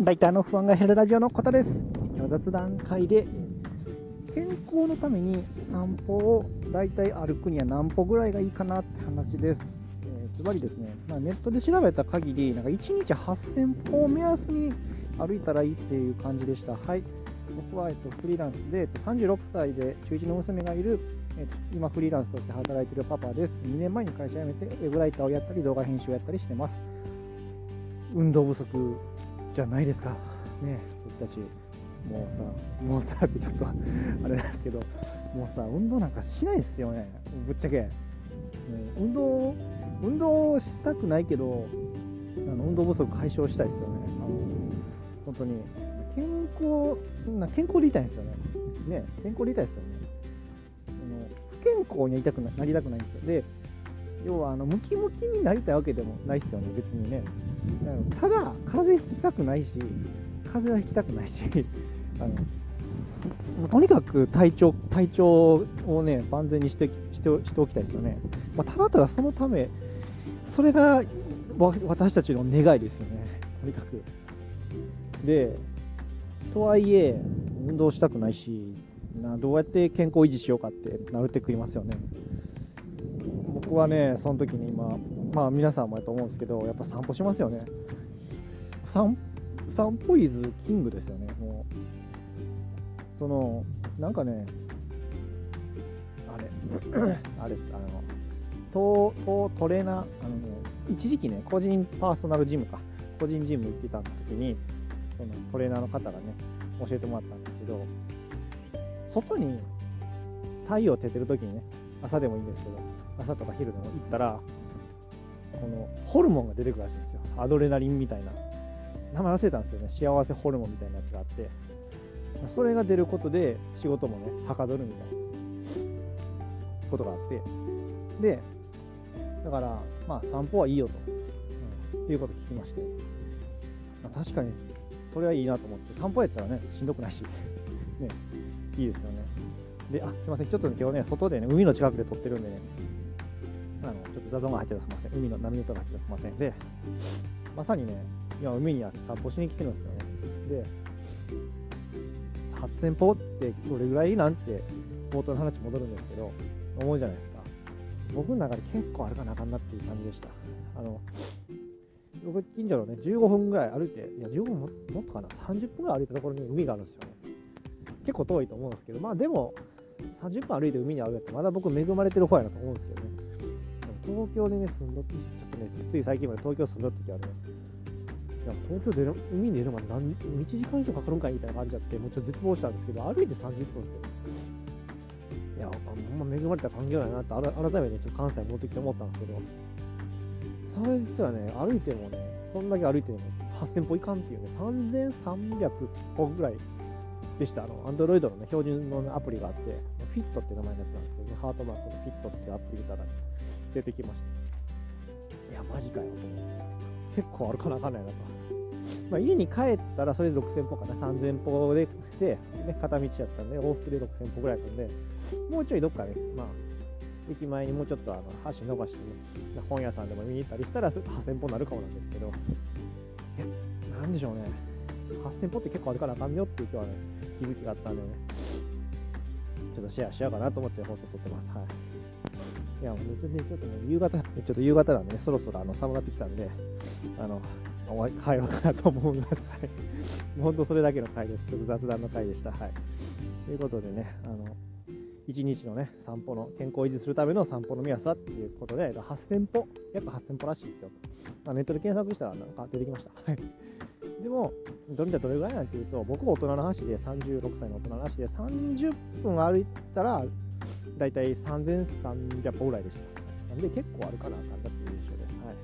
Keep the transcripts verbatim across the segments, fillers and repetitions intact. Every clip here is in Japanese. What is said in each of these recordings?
ライターの不安が減るラジオのことです。今日雑談会で健康のために散歩をだいたい歩くには何歩ぐらいがいいかなって話です。えー、つまりですね、まあ、ネットで調べた限りなんかいちにちはっせん歩を目安に歩いたらいいっていう感じでした。はい、僕は、えっと、フリーランスで、えっと、さんじゅうろくさいで中いちの娘がいる、えっと、今フリーランスとして働いているパパです。にねんまえに会社辞めてウェブライターをやったり動画編集をやったりしてます。運動不足じゃないですかね。僕たちもうさもうさってちょっとあれなんですけど、もうさ運動なんかしないですよね、ぶっちゃけ、ね、運動運動したくないけどあの運動不足解消したいですよね。あの本当に健康な健康でいたいんですよね。ね、健康でいたいですよね。あの不健康になりたくななりたくないんですよ。で、要はあのムキムキになりたいわけでもないですよね、別にね。ただ風邪ひきたくないし風邪はひきたくないしあのもうとにかく体調体調をね万全にしてしてしておきたいですよね。まあ、ただただそのためそれが私たちの願いですよね、とにかく。でとはいえ運動したくないしな、どうやって健康維持しようかってなるってくりますよね。僕はねその時に今まあ皆さんもやと思うんですけど、やっぱ散歩しますよね。散散歩イズキングですよね。もうそのなんかねあれあれあのトトトレーナーあのね一時期ね個人パーソナルジムか個人ジム行ってた時にそのトレーナーの方がね教えてもらったんですけど、外に太陽照ってる時にね、朝でもいいんですけど朝とか昼でも行ったらこのホルモンが出てくるらしいんですよ。アドレナリンみたいな名前忘れたんですよね。幸せホルモンみたいなやつがあって、それが出ることで仕事もねはかどるみたいなことがあって、でだからまあ散歩はいいよと、うん、っていうことを聞きまして、まあ、確かにそれはいいなと思って、散歩やったらねしんどくないしねいいですよね。で、あ、すいません、ちょっと、ね、今日ね外でね海の近くで撮ってるんでね、あのちょっと雑音が入ってたらすみません。海の波の音が入ってたらすみません。で、まさにね今海に散歩しに来てるんですよね。で、はっせん歩ってどれぐらいなんて冒頭の話戻るんですけど思うじゃないですか。僕の中で結構歩かなあかんなっていう感じでした。あの僕近所のねじゅうごふんぐらい歩いて、いやじゅうごふんももっとかなさんじゅっぷんぐらい歩いたところに海があるんですよね。結構遠いと思うんですけど、まあでもさんじゅっぷん歩いて海に歩いてまだ僕恵まれてる方やなと思うんですけどね。東京でね住んどって、ちょっとねつい最近まで東京住んどった時はね、いや東京で海に出るまで何いちじかん以上かかるんかいみたいな感じだって、もうちょっと絶望したんですけど、歩いてさんじゅっぷんですよ。いや、ほんま恵まれた環境だなって改めてちょっと関西に戻ってきて思ったんですけど、それ実はね歩いてもねそんだけ歩いてもはっせん歩いかんっていうね、さんぜんさんびゃく歩ぐらいでした。あの Android のね標準の、ね、アプリがあって、フィットって名前のやつなんですけど、ね、ハートマークのフィットっていうアプリ見たら出てきました。いやマジかよと思って、結構歩かなあかんないなと。まあ、家に帰ったらそれでろくせん歩かな、さんぜん歩で、で、ね、片道やったんで、往復でろくせん歩ぐらいだったんで、もうちょいどっかね、まあ、駅前にもうちょっとあの箸伸ばしてね、本屋さんでも見に行ったりしたらはっせん歩になるかもなんですけど、いや、なんでしょうね、はっせん歩って結構歩かなあかんよっていう今日はね、気づきがあったんでね、ちょっとシェアしようかなと思って放送撮ってます。はい。いや、もう別にちょっとね、夕方、ちょっと夕方なんでね、そろそろあの寒くなってきたんで、あの、帰ろうかなと思います。はい。もう本当それだけの回です。ちょっと雑談の回でした。はい。ということでね、あの、いちにちのね、散歩の、健康を維持するための散歩の目安はっていうことで、はっせん歩、約はっせん歩らしいですよ。まあ、ネットで検索したらなんか出てきました。はい。でも、どれだどれぐらいなんていうと、僕は大人の話で、さんじゅうろくさいの大人の話で、さんじゅっぷん歩いたら、だいたいさんぜんさんびゃく歩ぐらいでした。なんで結構歩かなあかんだっていう印象です。はい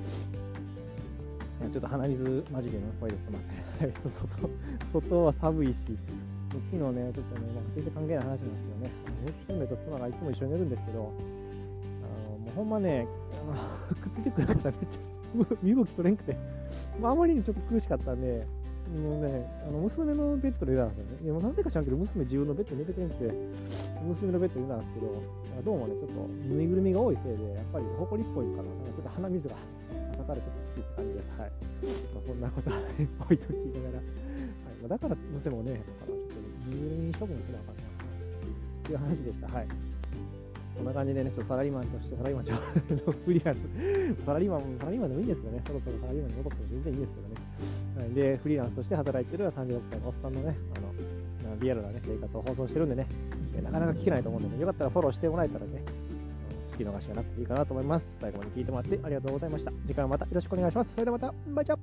。ちょっと鼻水マジでの声ですいません。はい。外、外は寒いし、昨日ね、ちょっとね、まあ、全然関係ない話なんですけどね、娘と妻がいつも一緒に寝るんですけど、あのもうほんまね、あのくっついてくる方めっちゃ身動き取れんくて、まあ、あまりにちょっと苦しかったんで、もうね、あの娘のベッドで寝たんですよね。いや、もうなんでか知らんけど、娘自分のベッドで寝てくれんくて、娘のベッドで寝たんですけど、どうもね、ちょっとぬいぐるみが多いせいで、やっぱり埃っぽいから、なんかちょっと鼻水が、カタからちょっときついって感じです。はい。まあ、そんなことはね、置いときながら、はいまあ、だからどうしてもね、だからちょっと入院処分しなあかんな、っていう話でした。はい。こんな感じでね、ちょっとサラリーマンとして、サラリーマンちゃう、フリーランス、サラリーマン、サラリーマンでもいいんですけどね、そろそろサラリーマンに戻っても全然いいんですけどね。はい、で、フリーランスとして働いてるさんじゅうろくさいのおっさんのね、あの、リアルなね、生活を放送してるんでね、なかなか聞けないと思うんでね、よかったらフォローしてもらえたらね、聞き逃しがなくていいかなと思います。最後まで聞いてもらってありがとうございました。次回もまたよろしくお願いします。それではまた、バイチャ